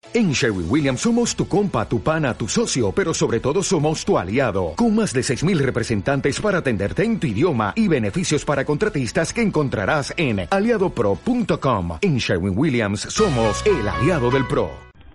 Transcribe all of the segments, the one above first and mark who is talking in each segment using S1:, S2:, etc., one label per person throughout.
S1: En Sherwin-Williams somos tu compa, tu pana, tu socio, pero sobre todo somos tu aliado, con más de 6,000 representantes para atenderte en tu idioma y beneficios para contratistas que encontrarás en aliadopro.com. En Sherwin-Williams somos el aliado del pro.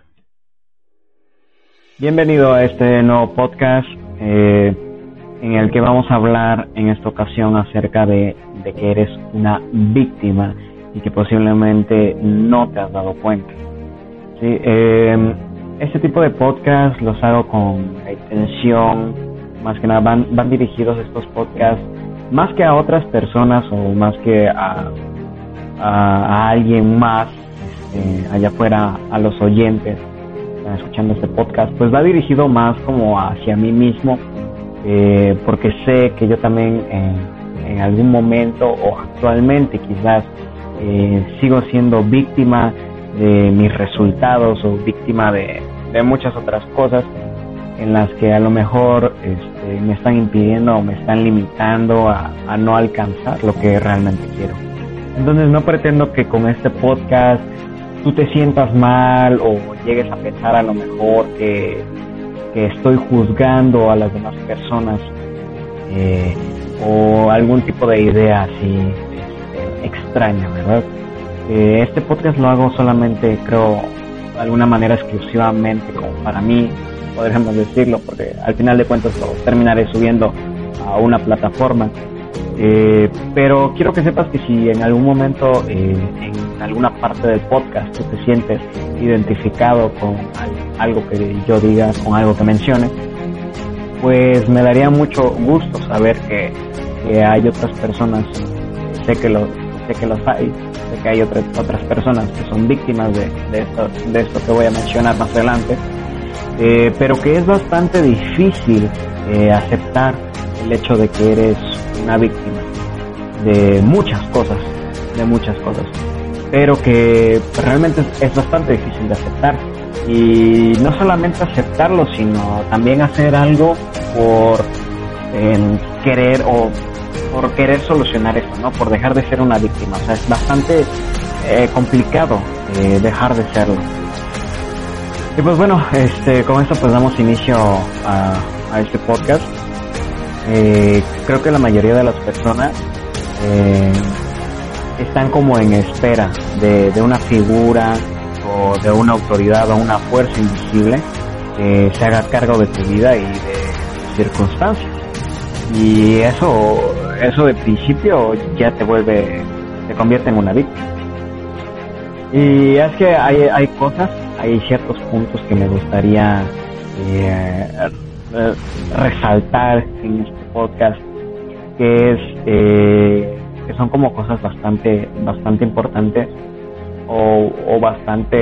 S2: Bienvenido a este nuevo podcast en el que vamos a hablar en esta ocasión acerca de que eres una víctima y que posiblemente no te has dado cuenta. Sí, este tipo de podcast los hago con la intención, más que nada van dirigidos estos podcasts más que a otras personas o más que a alguien más allá afuera, a los oyentes que están escuchando este podcast, pues va dirigido más como hacia mí mismo, porque sé que yo también en algún momento o actualmente quizás sigo siendo víctima de mis resultados o víctima de muchas otras cosas en las que a lo mejor me están impidiendo o me están limitando a no alcanzar lo que realmente quiero. Entonces no pretendo que con este podcast tú te sientas mal o llegues a pensar a lo mejor que estoy juzgando a las demás personas o algún tipo de idea así extraña, ¿verdad? Este podcast lo hago solamente, creo, de alguna manera exclusivamente como para mí, podríamos decirlo, porque al final de cuentas lo terminaré subiendo a una plataforma. Pero quiero que sepas que si en algún momento, en alguna parte del podcast, tú te sientes identificado con algo que yo diga, con algo que mencione, pues me daría mucho gusto saber que hay otras personas, sé que los hay, sé que hay otras personas que son víctimas de esto que voy a mencionar más adelante, pero que es bastante difícil aceptar el hecho de que eres una víctima de muchas cosas, pero que realmente es bastante difícil de aceptar, y no solamente aceptarlo, sino también hacer algo por querer o por querer solucionar esto, ¿no? Por dejar de ser una víctima. O sea, es bastante complicado dejar de serlo. Y pues bueno, con esto pues damos inicio a este podcast. Creo que la mayoría de las personas están como en espera de una figura o de una autoridad o una fuerza invisible que se haga cargo de tu vida y de circunstancias. Y eso de principio ya te convierte en una víctima. Y es que hay ciertos puntos que me gustaría resaltar en este podcast, que son como cosas bastante importantes o bastante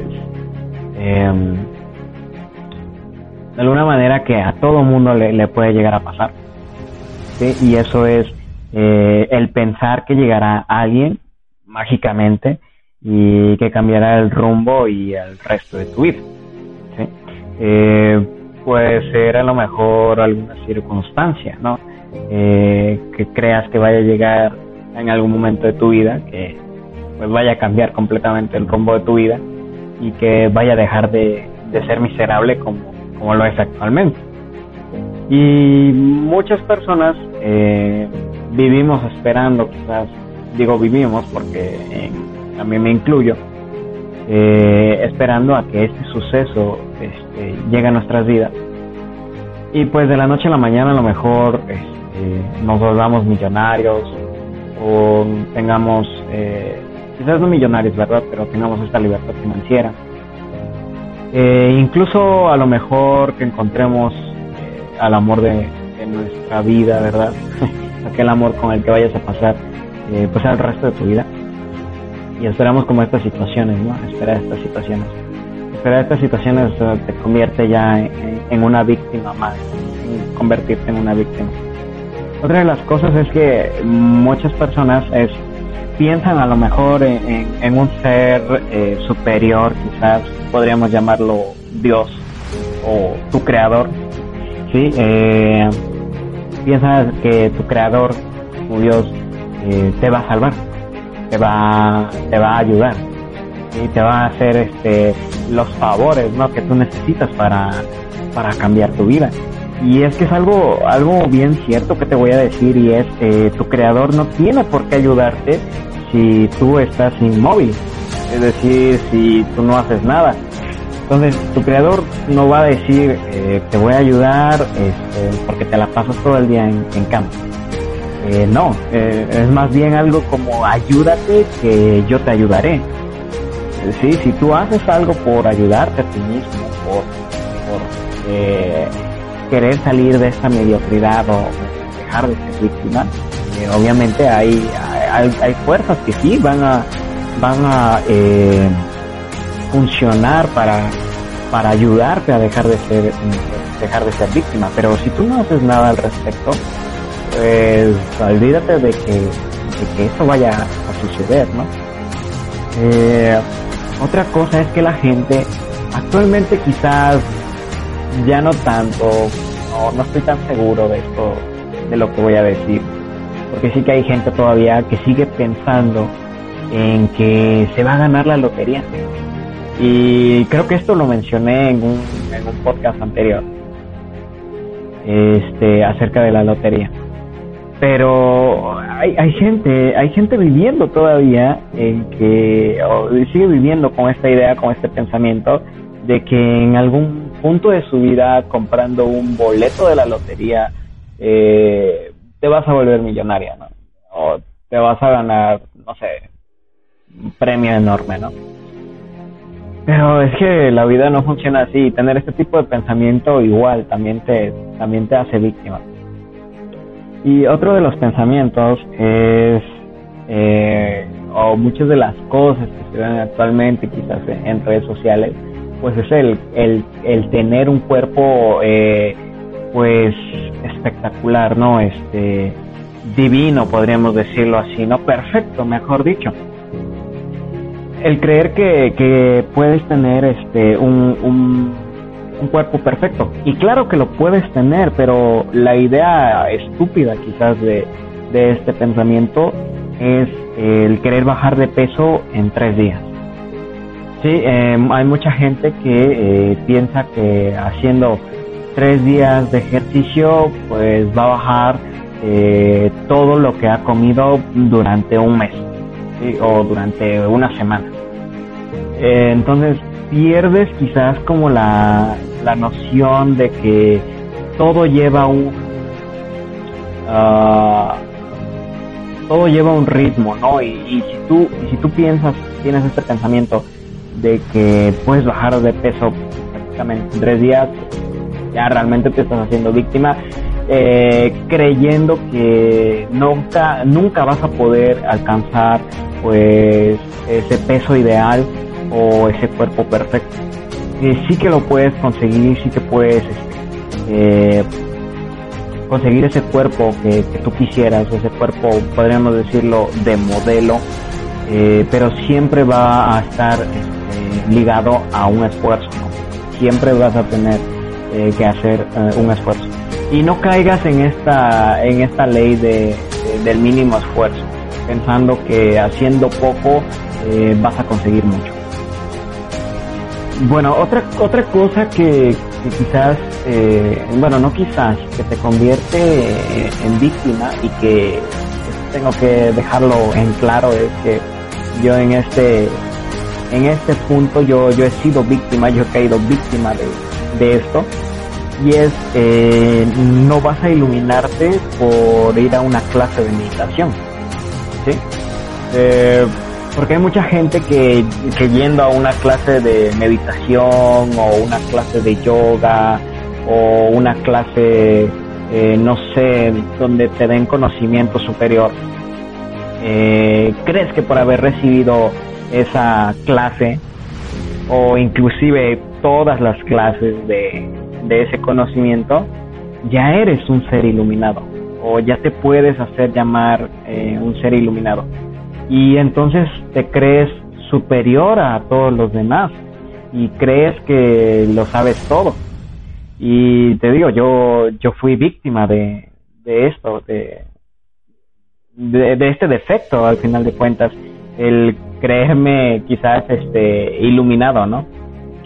S2: de alguna manera que a todo mundo le puede llegar a pasar, ¿sí? Y eso es el pensar que llegará alguien mágicamente y que cambiará el rumbo y el resto de tu vida, ¿sí? Puede ser a lo mejor alguna circunstancia, ¿no? Que creas que vaya a llegar en algún momento de tu vida, que pues vaya a cambiar completamente el rumbo de tu vida y que vaya a dejar de ser miserable como lo es actualmente. Y muchas personas vivimos esperando, quizás digo vivimos porque también me incluyo, esperando a que este suceso llegue a nuestras vidas, y pues de la noche a la mañana a lo mejor nos volvamos millonarios o tengamos quizás no millonarios, ¿verdad?, pero tengamos esta libertad financiera, incluso a lo mejor que encontremos al amor de nuestra vida, ¿verdad? Aquel amor con el que vayas a pasar pues el resto de tu vida. Y esperamos como estas situaciones, ¿no? Esperar estas situaciones te convierte ya en una víctima más, en convertirte en una víctima. Otra de las cosas es que muchas personas piensan a lo mejor en un ser superior, quizás podríamos llamarlo Dios o tu creador, ¿sí? Piensas que tu creador, tu Dios, te va a salvar, te va a ayudar, y te va a hacer los favores, ¿no?, que tú necesitas para cambiar tu vida. Y es que es algo bien cierto que te voy a decir, y es tu creador no tiene por qué ayudarte si tú estás inmóvil, es decir, si tú no haces nada. Entonces tu creador no va a decir te voy a ayudar porque te la pasas todo el día en cama. No, es más bien algo como ayúdate que yo te ayudaré. Sí, si tú haces algo por ayudarte a ti mismo, por querer salir de esta mediocridad o dejar de ser víctima, obviamente hay fuerzas que sí van a funcionar para ayudarte a dejar de ser víctima. Pero si tú no haces nada al respecto, pues olvídate de que eso vaya a suceder, ¿no? Otra cosa es que la gente actualmente quizás ya no tanto, no estoy tan seguro de esto, de lo que voy a decir, porque sí que hay gente todavía que sigue pensando en que se va a ganar la lotería. Y creo que esto lo mencioné en un podcast anterior, acerca de la lotería. Pero hay gente viviendo todavía sigue viviendo con esta idea, con este pensamiento de que en algún punto de su vida, comprando un boleto de la lotería, te vas a volver millonaria, ¿no? O te vas a ganar, no sé, un premio enorme, ¿no? Pero es que la vida no funciona así. Tener este tipo de pensamiento igual también te hace víctima. Y otro de los pensamientos es, o muchas de las cosas que se ven actualmente quizás en redes sociales, pues es el tener un cuerpo pues espectacular, ¿no? Divino, podríamos decirlo así, ¿no? Perfecto, mejor dicho. El creer que puedes tener un cuerpo perfecto. Y claro que lo puedes tener, pero la idea estúpida quizás de este pensamiento es el querer bajar de peso en 3 días. Sí, hay mucha gente que piensa que haciendo 3 días de ejercicio pues va a bajar todo lo que ha comido durante un mes, ¿sí?, o durante una semana. Entonces pierdes quizás como la noción de que todo lleva un ritmo, ¿no? Y si tú tienes este pensamiento de que puedes bajar de peso prácticamente en 3 días, ya realmente te estás haciendo víctima, creyendo que nunca vas a poder alcanzar pues ese peso ideal o ese cuerpo perfecto. Sí que lo puedes conseguir, sí que puedes conseguir ese cuerpo que tú quisieras, ese cuerpo, podríamos decirlo, de modelo, pero siempre va a estar ligado a un esfuerzo, ¿no? Siempre vas a tener que hacer un esfuerzo. Y no caigas en esta ley del mínimo esfuerzo, pensando que haciendo poco vas a conseguir mucho. Bueno, otra cosa que quizás, no quizás, que te convierte en víctima, y que tengo que dejarlo en claro, es que yo en este punto yo he sido víctima, yo he caído víctima de esto, y es no vas a iluminarte por ir a una clase de meditación, ¿sí? Porque hay mucha gente que yendo a una clase de meditación o una clase de yoga o una clase, no sé, donde te den conocimiento superior, crees que por haber recibido esa clase o inclusive todas las clases de ese conocimiento, ya eres un ser iluminado o ya te puedes hacer llamar un ser iluminado. Y entonces te crees superior a todos los demás y crees que lo sabes todo. Y te digo, yo fui víctima de esto, de este defecto, al final de cuentas, el creerme quizás iluminado, ¿no?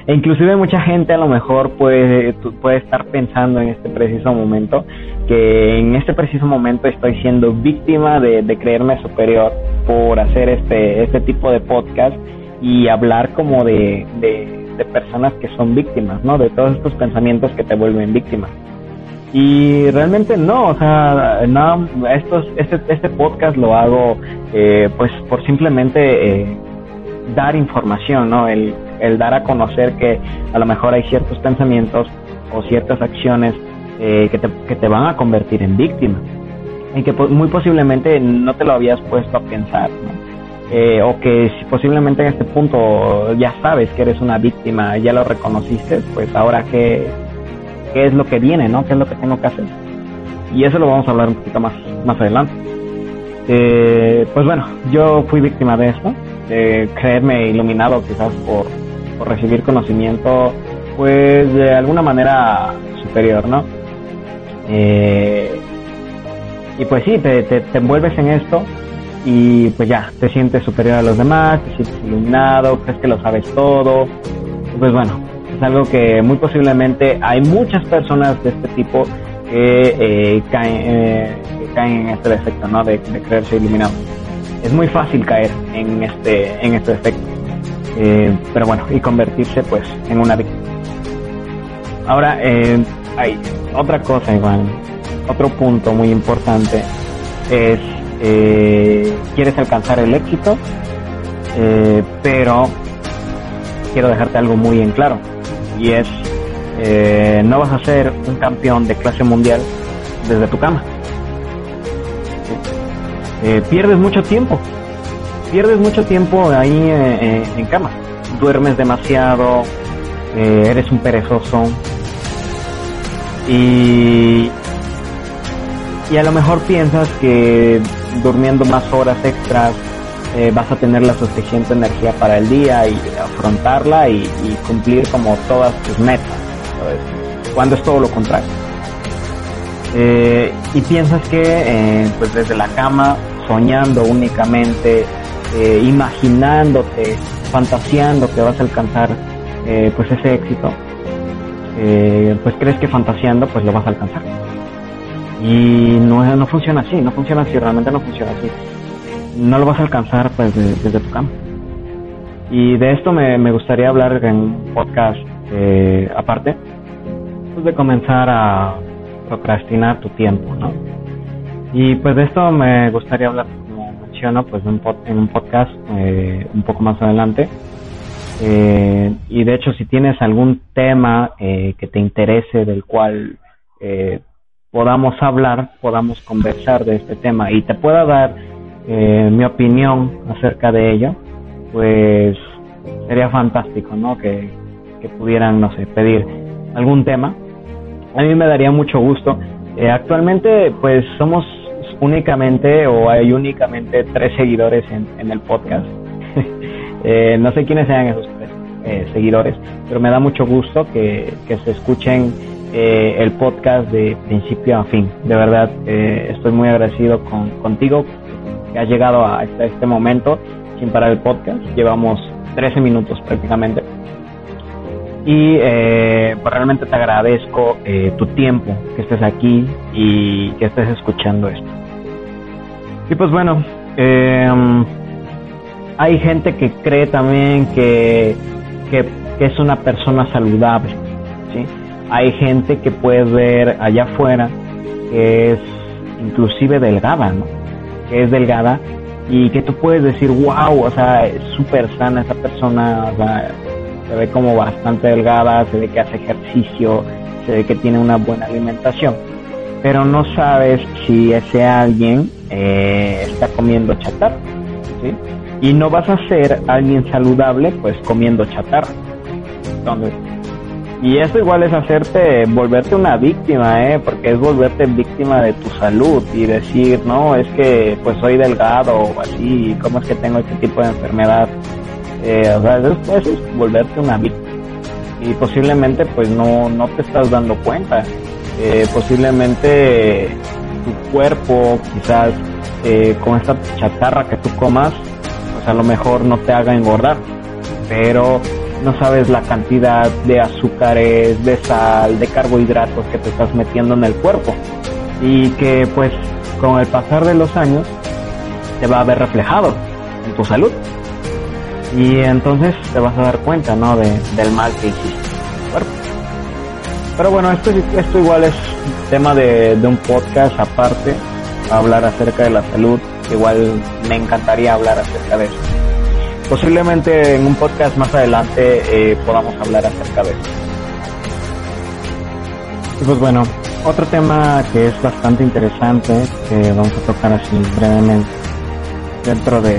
S2: E inclusive mucha gente a lo mejor puede estar pensando en este preciso momento que en este preciso momento estoy siendo víctima de creerme superior por hacer este tipo de podcast y hablar como de personas que son víctimas, ¿no? De todos estos pensamientos que te vuelven víctima. Y realmente no, o sea, no, este podcast lo hago pues por simplemente dar información, ¿no? El dar a conocer que a lo mejor hay ciertos pensamientos o ciertas acciones que te van a convertir en víctima y que muy posiblemente no te lo habías puesto a pensar, ¿no? O que si posiblemente en este punto ya sabes que eres una víctima, ya lo reconociste, pues ahora qué es lo que viene, ¿no? ¿Qué es lo que tengo que hacer? Y eso lo vamos a hablar un poquito más adelante. Pues bueno, yo fui víctima de esto, de creerme iluminado quizás por recibir conocimiento pues de alguna manera superior, ¿no? Y pues sí, te envuelves en esto y pues ya, te sientes superior a los demás, te sientes iluminado, crees que lo sabes todo. Pues bueno, es algo que muy posiblemente hay muchas personas de este tipo que caen en este defecto, ¿no? De creerse iluminado. Es muy fácil caer en este defecto, pero bueno, y convertirse pues en una víctima. Ahora hay otra cosa, Iván, otro punto muy importante es quieres alcanzar el éxito, pero quiero dejarte algo muy en claro, y es no vas a ser un campeón de clase mundial desde tu cama. Pierdes mucho tiempo ahí en cama, duermes demasiado, eres un perezoso y a lo mejor piensas que durmiendo más horas extras vas a tener la suficiente energía para el día y afrontarla y cumplir como todas tus metas, ¿sabes? Cuando es todo lo contrario. Y piensas que pues desde la cama, soñando únicamente, imaginándote, fantaseando que vas a alcanzar pues ese éxito, pues crees que fantaseando pues lo vas a alcanzar. Y no funciona así, realmente no funciona así. No lo vas a alcanzar pues desde tu cama. Y de esto me gustaría hablar en un podcast aparte, pues de comenzar a procrastinar tu tiempo, ¿no? Y pues de esto me gustaría hablar, como menciono, pues en un podcast un poco más adelante. Y de hecho, si tienes algún tema que te interese, del cual podamos hablar, podamos conversar de este tema y te pueda dar mi opinión acerca de ello, pues sería fantástico, ¿no? Que pudieran, no sé, pedir algún tema. A mí me daría mucho gusto. Actualmente pues somos hay únicamente 3 seguidores en el podcast. No sé quiénes sean esos 3 seguidores, pero me da mucho gusto que se escuchen el podcast de principio a fin. De verdad, estoy muy agradecido contigo que has llegado a este momento sin parar el podcast. Llevamos 13 minutos prácticamente. Y pues realmente te agradezco tu tiempo, que estés aquí y que estés escuchando esto. Y pues bueno, hay gente que cree también que es una persona saludable, ¿sí? Hay gente que puedes ver allá afuera que es inclusive delgada, ¿no? Que es delgada y que tú puedes decir, wow, o sea, es súper sana esa persona, o sea, se ve como bastante delgada, se ve que hace ejercicio, se ve que tiene una buena alimentación, pero no sabes si ese alguien está comiendo chatarra, ¿sí? Y no vas a ser alguien saludable pues comiendo chatarra. Entonces, y eso igual es volverte una víctima, porque es volverte víctima de tu salud y decir, no, es que pues soy delgado o así, ¿cómo es que tengo este tipo de enfermedad? O sea, eso es volverte una víctima. Y posiblemente pues no te estás dando cuenta. Posiblemente tu cuerpo quizás con esta chatarra que tú comas, pues a lo mejor no te haga engordar, pero no sabes la cantidad de azúcares, de sal, de carbohidratos que te estás metiendo en el cuerpo, y que pues con el pasar de los años te va a ver reflejado en tu salud, y entonces te vas a dar cuenta, ¿no?, del mal que hiciste en tu cuerpo. Pero bueno, esto igual es tema de un podcast aparte, hablar acerca de la salud. Igual me encantaría hablar acerca de eso. Posiblemente en un podcast más adelante podamos hablar acerca de eso. Y pues bueno, otro tema que es bastante interesante, que vamos a tocar así brevemente dentro de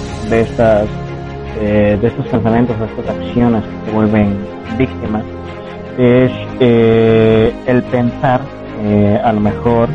S2: estos pensamientos, de estas acciones que te vuelven víctimas, es el pensar a lo mejor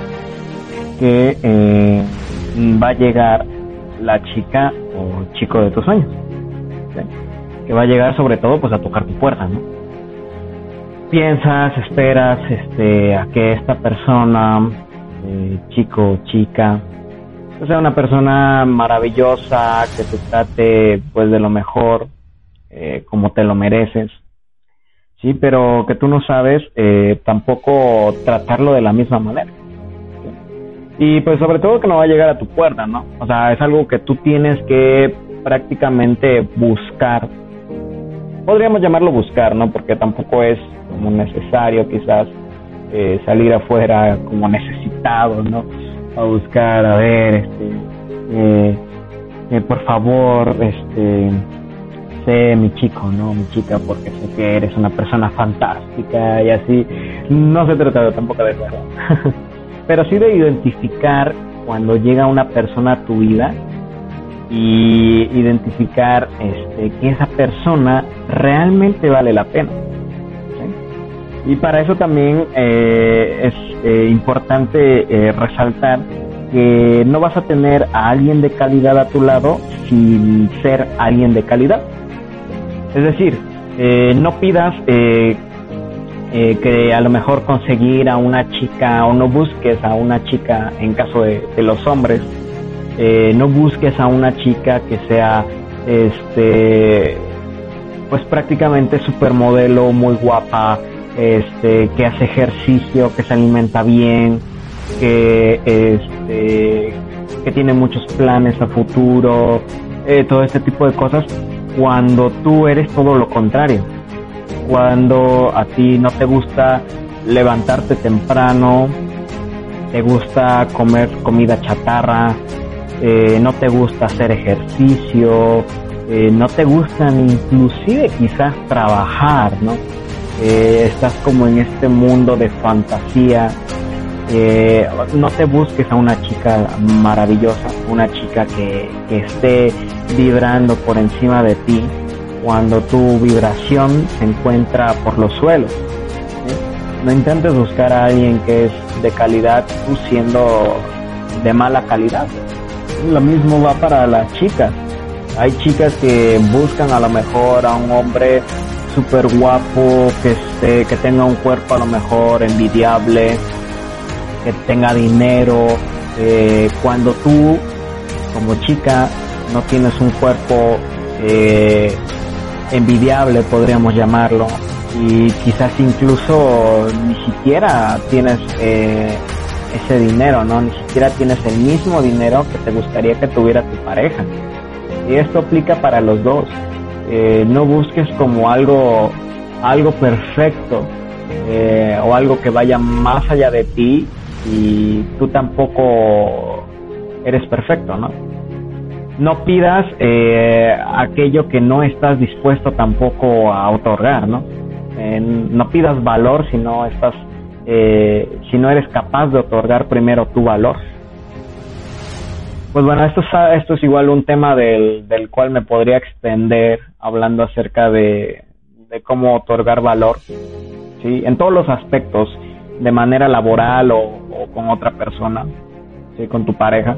S2: que va a llegar la chica o chico de tus sueños, ¿sí?, que va a llegar sobre todo pues a tocar tu puerta, ¿no? Piensas, esperas a que esta persona, chico o chica, sea una persona maravillosa, que te trate pues de lo mejor, como te lo mereces, sí, pero que tú no sabes tampoco tratarlo de la misma manera, ¿sí? Y pues sobre todo que no va a llegar a tu puerta, ¿no? O sea, es algo que tú tienes que prácticamente buscar. Podríamos llamarlo buscar, ¿no? Porque tampoco es como necesario quizás salir afuera como necesitado, ¿no? A buscar, a ver, por favor, sé mi chico, ¿no? Mi chica, porque sé que eres una persona fantástica y así. No se trata tampoco de eso, ¿no? Pero sí de identificar cuando llega una persona a tu vida y identificar que esa persona realmente vale la pena, ¿sí? Y para eso también es importante resaltar que no vas a tener a alguien de calidad a tu lado sin ser alguien de calidad. Es decir, no pidas que a lo mejor conseguir a una chica, o no busques a una chica en caso de los hombres, no busques a una chica que sea pues prácticamente supermodelo, muy guapa, que hace ejercicio, que se alimenta bien, que tiene muchos planes a futuro, todo este tipo de cosas, cuando tú eres todo lo contrario. Cuando a ti no te gusta levantarte temprano, te gusta comer comida chatarra, no te gusta hacer ejercicio, no te gustan inclusive quizás trabajar, ¿no? Estás como en este mundo de fantasía. No te busques a una chica maravillosa, una chica que esté vibrando por encima de ti cuando tu vibración se encuentra por los suelos, ¿sí? No intentes buscar a alguien que es de calidad tú siendo de mala calidad. Lo mismo va para las chicas. Hay chicas que buscan a lo mejor a un hombre súper guapo, que tenga un cuerpo a lo mejor envidiable, que tenga dinero, cuando tú como chica no tienes un cuerpo envidiable, podríamos llamarlo, y quizás incluso ni siquiera tienes ese dinero, ¿no? Ni siquiera tienes el mismo dinero que te gustaría que tuviera tu pareja. Y esto aplica para los dos. No busques como algo perfecto, o algo que vaya más allá de ti, y tú tampoco eres perfecto, ¿no? No pidas aquello que no estás dispuesto tampoco a otorgar, ¿no? No pidas valor si no eres capaz de otorgar primero tu valor. Pues bueno, esto es igual un tema del cual me podría extender hablando acerca de cómo otorgar valor, ¿sí? En todos los aspectos, de manera laboral o con otra persona, ¿sí? Con tu pareja.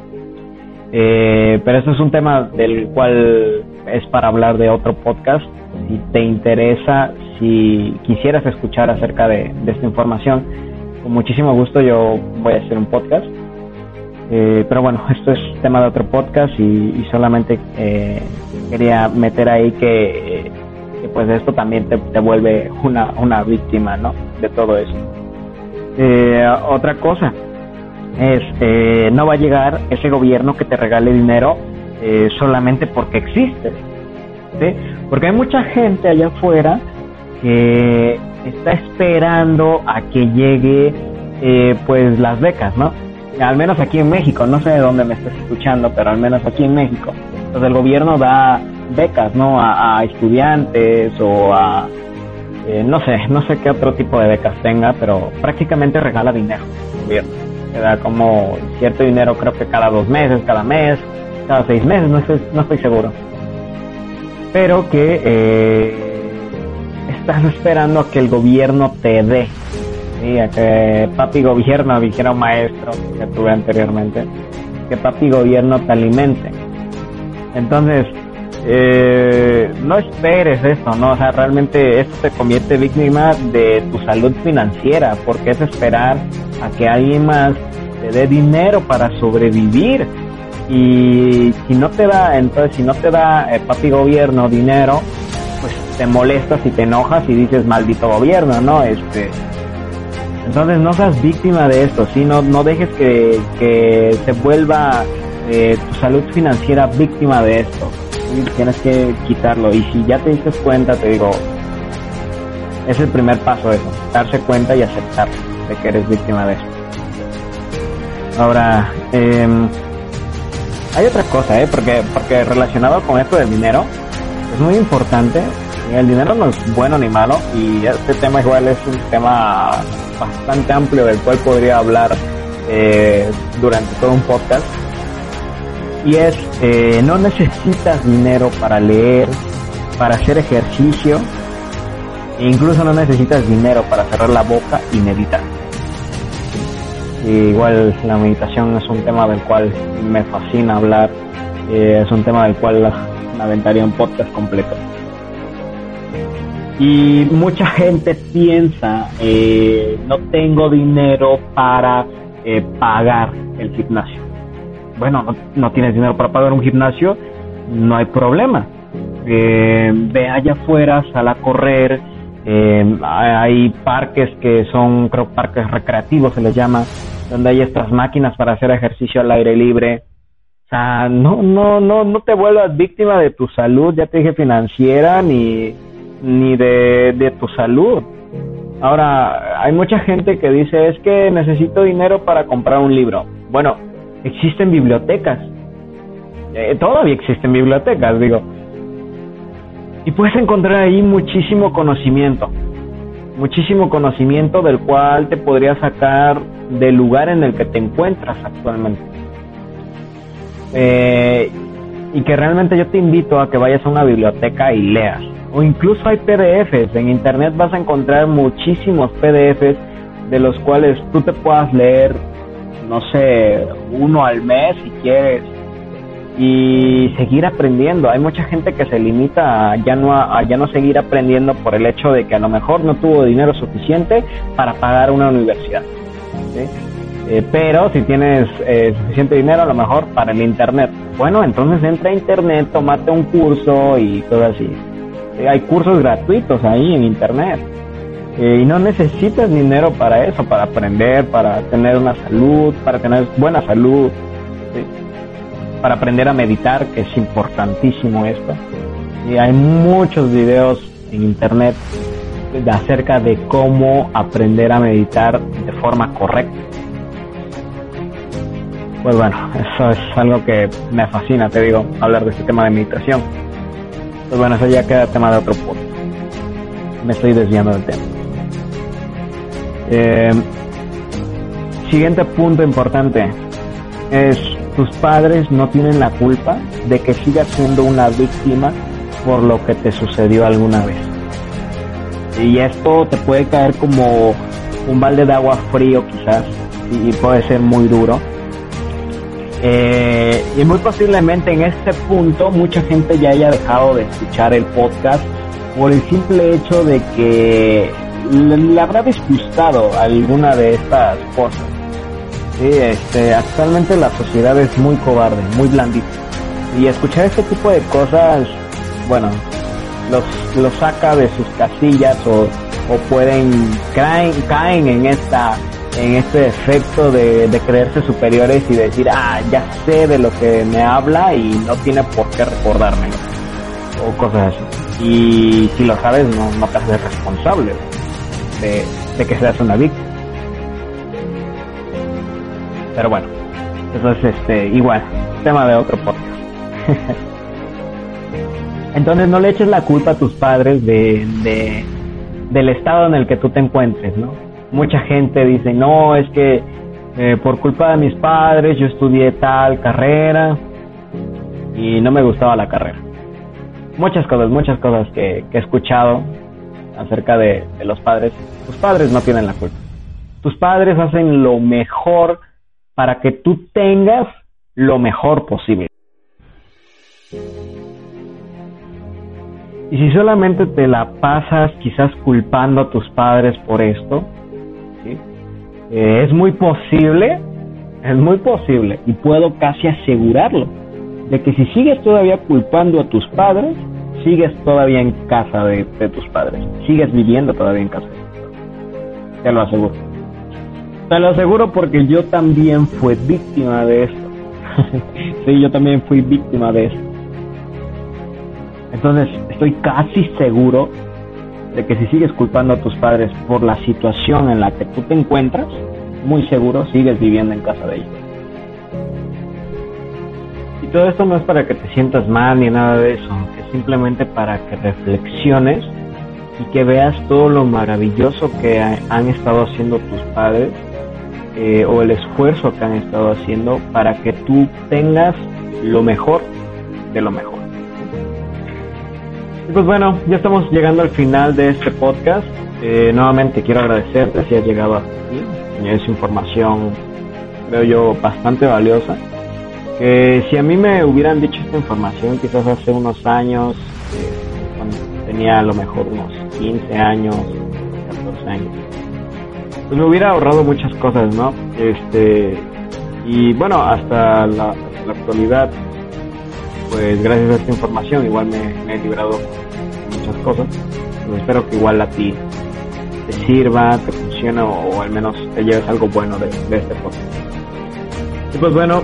S2: Pero esto es un tema del cual es para hablar de otro podcast. Si te interesa, si quisieras escuchar acerca de esta información, con muchísimo gusto yo voy a hacer un podcast. Pero bueno, esto es tema de otro podcast, y solamente quería meter ahí que que pues esto también te vuelve una víctima, ¿no? De todo eso. Otra cosa es, no va a llegar ese gobierno que te regale dinero solamente porque existes, ¿sí? Porque hay mucha gente allá afuera que está esperando a que llegue pues las becas, ¿no? Al menos aquí en México, no sé de dónde me estés escuchando, pero al menos aquí en México, pues el gobierno da becas, ¿no? A estudiantes o a no sé qué otro tipo de becas tenga, pero prácticamente regala dinero el gobierno. Te da como cierto dinero, creo que cada 2 meses, cada mes, cada 6 meses, no estoy seguro. Pero que estás esperando a que el gobierno te dé, ¿sí? A que papi gobierno, dijera un maestro que tuve anteriormente, que papi gobierno te alimente. Entonces, no esperes esto, ¿no? O sea, realmente esto te convierte víctima de tu salud financiera, porque es esperar a que alguien más te dé dinero para sobrevivir. Y si no te da, papi gobierno dinero, pues te molestas y te enojas y dices maldito gobierno, ¿no? Entonces no seas víctima de esto, ¿sí? No dejes que se vuelva tu salud financiera víctima de esto. ¿Sí? Tienes que quitarlo, y si ya te diste cuenta, te digo, es el primer paso eso, darse cuenta y aceptar de que eres víctima de esto. Ahora, hay otra cosa, porque relacionado con esto del dinero, es muy importante. El dinero no es bueno ni malo, y este tema igual es un tema bastante amplio del cual podría hablar durante todo un podcast. Y es, no necesitas dinero para leer, para hacer ejercicio, e incluso no necesitas dinero para cerrar la boca y meditar. Y igual la meditación es un tema del cual me fascina hablar, es un tema del cual me aventaría un podcast completo. Y mucha gente piensa, no tengo dinero para pagar el gimnasio. Bueno, no tienes dinero para pagar un gimnasio, no hay problema. Ve allá afuera, sal a correr. Hay parques que son, creo, parques recreativos se les llama, donde hay estas máquinas para hacer ejercicio al aire libre. O sea, no te vuelvas víctima de tu salud, ya te dije, financiera, ni de tu salud. Ahora, hay mucha gente que dice, es que necesito dinero para comprar un libro. Bueno, existen bibliotecas, todavía existen bibliotecas, digo, y puedes encontrar ahí muchísimo conocimiento del cual te podría sacar del lugar en el que te encuentras actualmente. Y que realmente yo te invito a que vayas a una biblioteca y leas, o incluso hay PDFs, en internet vas a encontrar muchísimos PDFs de los cuales tú te puedas leer, no sé, 1 al mes si quieres, y seguir aprendiendo. Hay mucha gente que se limita a ya no seguir aprendiendo por el hecho de que a lo mejor no tuvo dinero suficiente para pagar una universidad, ¿sí? Pero si tienes suficiente dinero a lo mejor para el internet, bueno, entonces entra a internet, tómate un curso y todo así. Hay cursos gratuitos ahí en internet. Y no necesitas dinero para eso, para aprender, para tener una salud, para tener buena salud, ¿sí? Para aprender a meditar, que es importantísimo esto. Y hay muchos videos en internet acerca de cómo aprender a meditar de forma correcta. Pues bueno, eso es algo que me fascina, te digo, hablar de este tema de meditación. Pues bueno, eso ya queda tema de otro podcast. Me estoy desviando del tema. Siguiente punto importante es: tus padres no tienen la culpa de que sigas siendo una víctima por lo que te sucedió alguna vez. Y esto te puede caer como un balde de agua frío quizás, y puede ser muy duro. Y muy posiblemente en este punto mucha gente ya haya dejado de escuchar el podcast por el simple hecho de que le habrá disgustado alguna de estas cosas. Sí, actualmente la sociedad es muy cobarde, muy blandita, y escuchar este tipo de cosas, bueno, los saca de sus casillas o caen en este efecto de creerse superiores y decir, ya sé de lo que me habla y no tiene por qué recordármelo, o cosas así. Y si lo sabes, no te haces responsable de que seas una víctima. Pero bueno, eso es igual, tema de otro podcast. Entonces no le eches la culpa a tus padres del estado en el que tú te encuentres, ¿no? Mucha gente dice, no, es que por culpa de mis padres yo estudié tal carrera y no me gustaba la carrera. Muchas cosas que he escuchado acerca de los padres. Tus padres no tienen la culpa. Tus padres hacen lo mejor para que tú tengas lo mejor posible. Y si solamente te la pasas quizás culpando a tus padres por esto, ¿sí? Es muy posible, y puedo casi asegurarlo, de que si sigues todavía culpando a tus padres, sigues todavía en casa de tus padres, sigues viviendo todavía en casa de tus padres. Te lo aseguro. Te lo aseguro porque yo también fui víctima de esto. Sí, yo también fui víctima de esto. Entonces, estoy casi seguro de que si sigues culpando a tus padres por la situación en la que tú te encuentras, muy seguro sigues viviendo en casa de ellos. Y todo esto no es para que te sientas mal ni nada de eso, es simplemente para que reflexiones y que veas todo lo maravilloso que han estado haciendo tus padres, o el esfuerzo que han estado haciendo para que tú tengas lo mejor de lo mejor. Y pues bueno, ya estamos llegando al final de este podcast. Nuevamente quiero agradecerte si has llegado hasta aquí. Es información, creo yo, bastante valiosa, que si a mí me hubieran dicho esta información quizás hace unos años, cuando tenía a lo mejor unos 15 años, 14 años, pues me hubiera ahorrado muchas cosas, ¿no? Y bueno, hasta la actualidad, pues gracias a esta información igual me he librado de muchas cosas. Pues espero que igual a ti te sirva, te funcione, o al menos te lleves algo bueno de este podcast. Y pues bueno,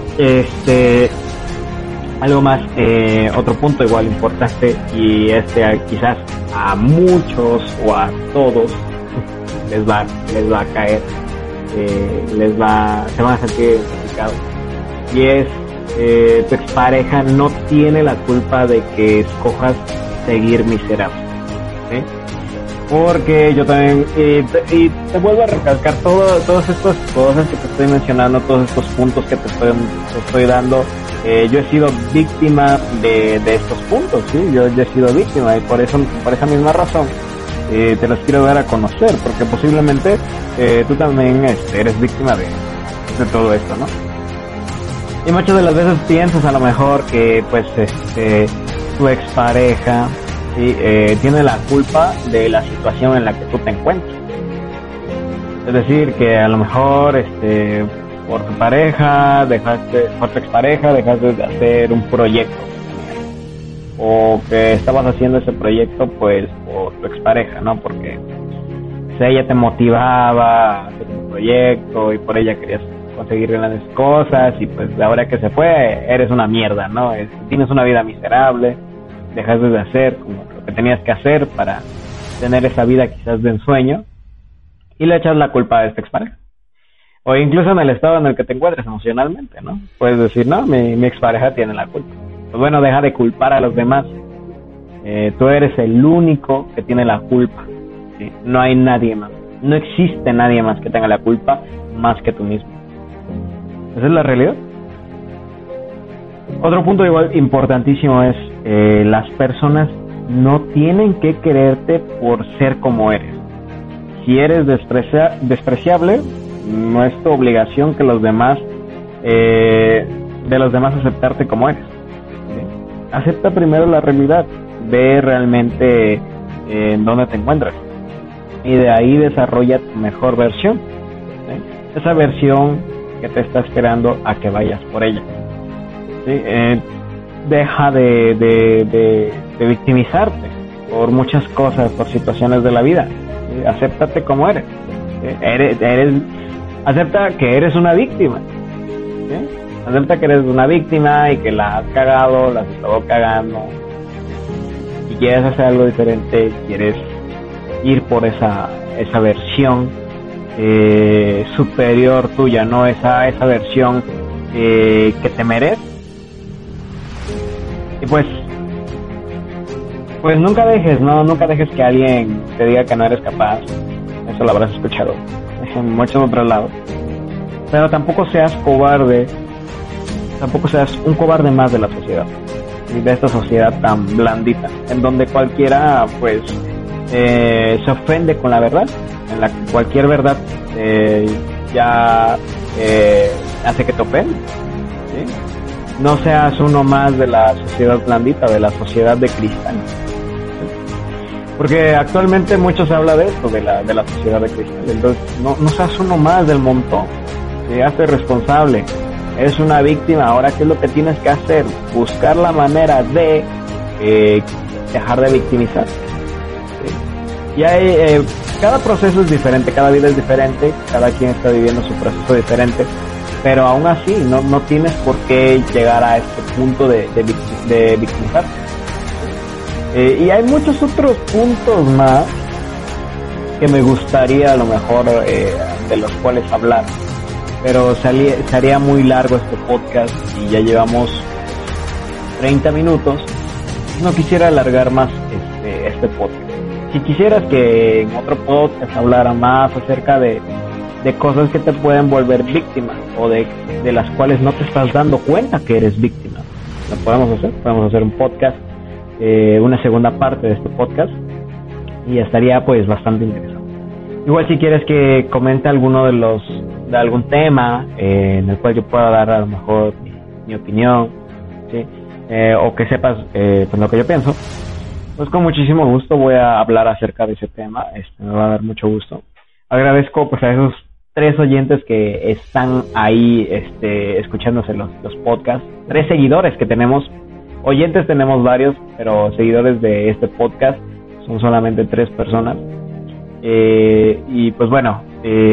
S2: algo más, otro punto igual importante, y quizás a muchos o a todos les va a caer, se van a sentir identificados, y es tu expareja no tiene la culpa de que escojas seguir miserable, ¿sí? Porque yo también, y te vuelvo a recalcar todas estas cosas que te estoy mencionando, todos estos puntos que te estoy dando. Yo he sido víctima de estos puntos, ¿sí? Yo he sido víctima, y por esa misma razón te los quiero dar a conocer, porque posiblemente tú también eres víctima de todo esto, ¿no? Y muchas de las veces piensas a lo mejor que pues tu expareja, ¿sí? Tiene la culpa de la situación en la que tú te encuentras. Es decir, que a lo mejor por tu expareja dejaste de hacer un proyecto, o que estabas haciendo ese proyecto pues por tu expareja, ¿no? Porque ella te motivaba a hacer un proyecto y por ella querías conseguir grandes cosas, y pues ahora que se fue eres una mierda, ¿no? Tienes una vida miserable, dejaste de hacer como lo que tenías que hacer para tener esa vida quizás de ensueño, y le echas la culpa a esta expareja. O incluso en el estado en el que te encuentres emocionalmente, ¿no? Puedes decir, no, mi expareja tiene la culpa. Pues bueno, deja de culpar a los demás. Tú eres el único que tiene la culpa, ¿sí? No hay nadie más. No existe nadie más que tenga la culpa más que tú mismo. Esa es la realidad. Otro punto igual importantísimo es las personas no tienen que quererte por ser como eres. Si eres despreciable, no es tu obligación que los demás aceptarte como eres, ¿sí? Acepta primero la realidad, ve realmente en dónde te encuentras, y de ahí desarrolla tu mejor versión, ¿sí? Esa versión que te está esperando a que vayas por ella, ¿sí? Deja de victimizarte, por muchas cosas, por situaciones de la vida. Acéptate como eres. Acepta que eres una víctima. Acepta que eres una víctima y que la has cagado, la has estado cagando. Y quieres hacer algo diferente, quieres ir por esa versión superior tuya, ¿no? Esa versión que te mereces. Y pues nunca dejes que alguien te diga que no eres capaz. Eso lo habrás escuchado en muchos otros lados. Pero tampoco seas cobarde, tampoco seas un cobarde más de la sociedad, y de esta sociedad tan blandita, en donde cualquiera pues se ofende con la verdad, en la que cualquier verdad ya hace que te ofende, ¿sí? No seas uno más de la sociedad blandita, de la sociedad de cristal. Porque actualmente mucho se habla de esto, de la sociedad de cristal. Entonces, no seas uno más del montón. Te haces responsable. Eres una víctima. Ahora, ¿qué es lo que tienes que hacer? Buscar la manera de dejar de victimizar. ¿Sí? Y hay, cada proceso es diferente, cada vida es diferente, cada quien está viviendo su proceso diferente. Pero aún así, no tienes por qué llegar a este punto de victimizar. Y hay muchos otros puntos más que me gustaría a lo mejor de los cuales hablar, pero sería muy largo este podcast y ya llevamos 30 minutos. No quisiera alargar más este podcast. Si quisieras que en otro podcast hablara más acerca de cosas que te pueden volver víctima o de las cuales no te estás dando cuenta que eres víctima, lo podemos hacer un podcast, una segunda parte de este podcast, y estaría pues bastante interesante. Igual si quieres que comente alguno de algún tema en el cual yo pueda dar a lo mejor mi opinión, ¿sí? O que sepas pues lo que yo pienso, pues con muchísimo gusto voy a hablar acerca de ese tema. Me va a dar mucho gusto. Agradezco pues a esos 3 oyentes que están ahí escuchándose los podcasts, 3 seguidores que tenemos. Oyentes tenemos varios, pero seguidores de este podcast son solamente 3 personas. Y pues bueno,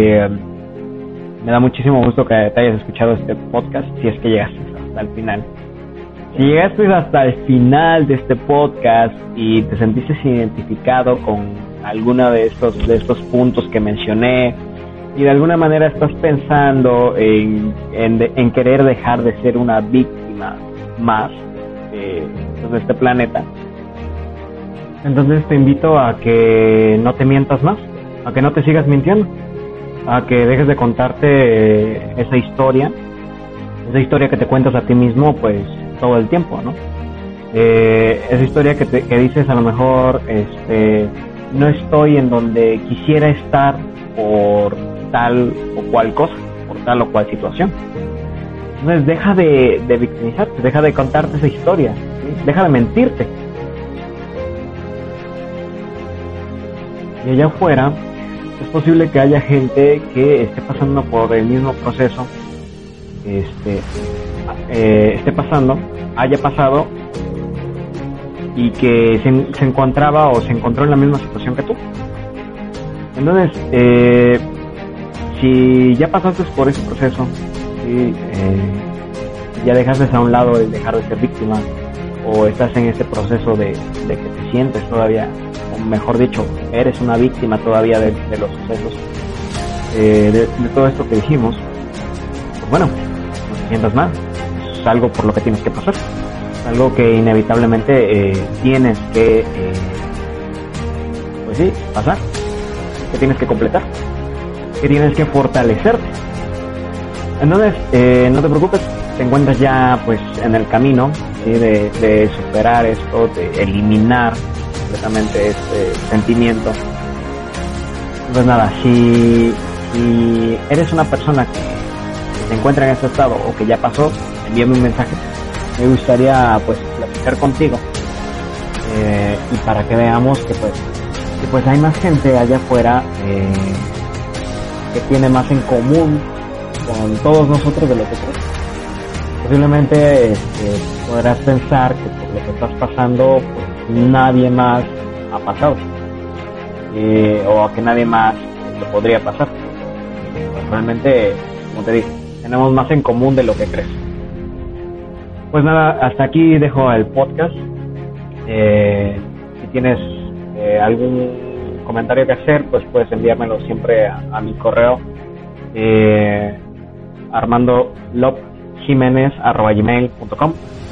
S2: me da muchísimo gusto que te hayas escuchado este podcast, si es que llegaste hasta el final. Si llegaste hasta el final de este podcast y te sentiste identificado con alguno de estos puntos que mencioné, y de alguna manera estás pensando en querer dejar de ser una víctima más de este planeta, entonces te invito a que no te mientas más, a que no te sigas mintiendo, a que dejes de contarte esa historia que te cuentas a ti mismo pues todo el tiempo, ¿no? Esa historia que dices a lo mejor no estoy en donde quisiera estar por tal o cual cosa, por tal o cual situación. Entonces deja de victimizarte, deja de contarte esa historia, ¿sí? Deja de mentirte. Y allá afuera es posible que haya gente que esté pasando por el mismo proceso, haya pasado, y que se encontraba o se encontró en la misma situación que tú. Entonces, si ya pasaste por ese proceso, ¿sí? Ya dejaste a un lado el dejar de ser víctima, o estás en este proceso de que te sientes todavía, o mejor dicho, eres una víctima todavía de los sucesos, de todo esto que dijimos, pues bueno, no te sientas mal, es algo por lo que tienes que pasar, es algo que inevitablemente tienes que, pues sí, pasar, que tienes que completar, que tienes que fortalecerte. Entonces, no te preocupes, te encuentras ya pues en el camino, ¿sí? de superar esto, de eliminar completamente este sentimiento. Pues nada, si eres una persona que se encuentra en este estado o que ya pasó, envíame un mensaje. Me gustaría pues platicar contigo, y para que veamos que pues hay más gente allá afuera que tiene más en común con todos nosotros de lo que crees. Posiblemente podrás pensar que por lo que estás pasando pues nadie más ha pasado, o a que nadie más le podría pasar. Pues realmente, como te digo, tenemos más en común de lo que crees. Pues nada, hasta aquí dejo el podcast. Si tienes algún comentario que hacer, pues puedes enviármelo siempre a mi correo, armandolopjimenez@gmail.com.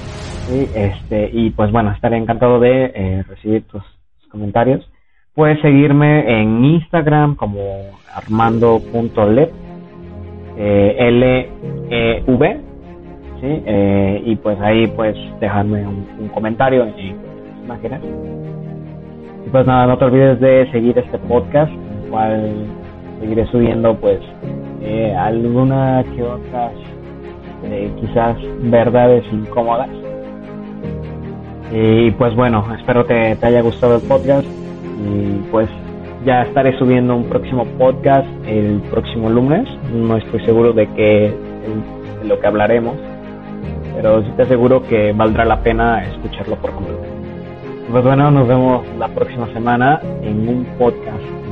S2: Y pues bueno, estaré encantado de recibir tus comentarios. Puedes seguirme en Instagram como armando.lev, LEV, ¿sí? Y pues ahí puedes dejarme un comentario en las imágenes. Y pues nada, no te olvides de seguir este podcast, en el cual seguiré subiendo pues alguna que otras quizás verdades incómodas. Y pues bueno, espero que te haya gustado el podcast, y pues ya estaré subiendo un próximo podcast el próximo lunes. No estoy seguro de lo que hablaremos, pero sí te aseguro que valdrá la pena escucharlo por completo. Pues bueno, nos vemos la próxima semana en un podcast